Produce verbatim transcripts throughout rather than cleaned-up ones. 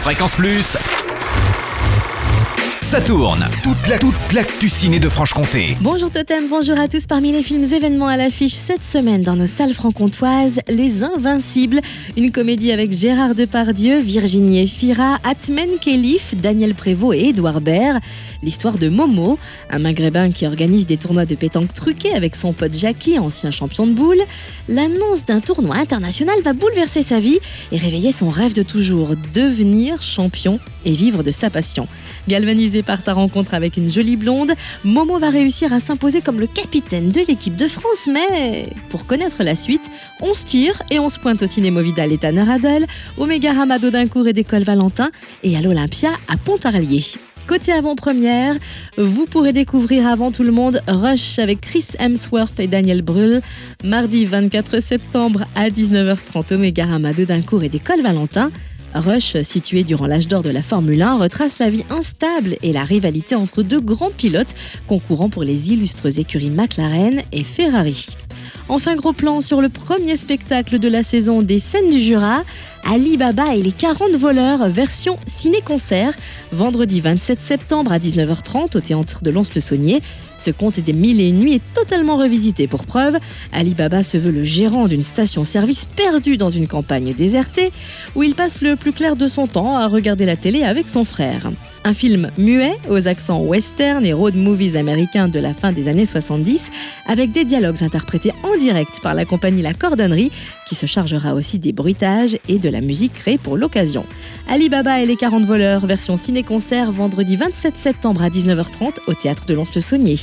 Fréquence Plus, ça tourne. Toute la, toute l'actu ciné de Franche-Comté. Bonjour Totem, bonjour à tous. Parmi les films événements à l'affiche cette semaine dans nos salles franc-comtoises, Les Invincibles, une comédie avec Gérard Depardieu, Virginie Efira, Atmen Khelif, Daniel Prévost et Édouard Baird. L'histoire de Momo, un maghrébin qui organise des tournois de pétanque truqués avec son pote Jackie, ancien champion de boules. L'annonce d'un tournoi international va bouleverser sa vie et réveiller son rêve de toujours, devenir champion et vivre de sa passion. Galvanisé par sa rencontre avec une jolie blonde, Momo va réussir à s'imposer comme le capitaine de l'équipe de France, mais pour connaître la suite, on se tire et on se pointe au Cinéma Vidal et Tanner Adel, au Mégarama d'Audincourt et d'École Valentin et à l'Olympia à Pontarlier. Côté avant-première, vous pourrez découvrir avant tout le monde Rush avec Chris Hemsworth et Daniel Brühl, mardi vingt-quatre septembre à dix-neuf heures trente au Mégarama d'Audincourt et d'École Valentin. Rush, situé durant l'âge d'or de la Formule un, retrace la vie instable et la rivalité entre deux grands pilotes concourant pour les illustres écuries McLaren et Ferrari. Enfin, gros plan sur le premier spectacle de la saison des Scènes du Jura, Ali Baba et les quarante voleurs, version ciné-concert, vendredi vingt-sept septembre à dix-neuf heures trente au théâtre de Lons-le-Saunier. Ce conte des mille et une nuits est totalement revisité pour preuve. Ali Baba se veut le gérant d'une station-service perdue dans une campagne désertée, où il passe le plus clair de son temps à regarder la télé avec son frère. Un film muet, aux accents western et road movies américains de la fin des années soixante-dix, avec des dialogues interprétés en direct par la compagnie La Cordonnerie, qui se chargera aussi des bruitages et de la musique créée pour l'occasion. Ali Baba et les quarante voleurs, version ciné-concert, vendredi vingt-sept septembre à dix-neuf heures trente au théâtre de Lons-le-Saunier.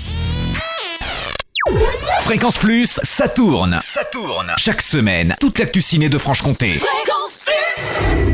Fréquence Plus, ça tourne. Ça tourne. Chaque semaine, toute l'actu ciné de Franche-Comté. Fréquence Plus.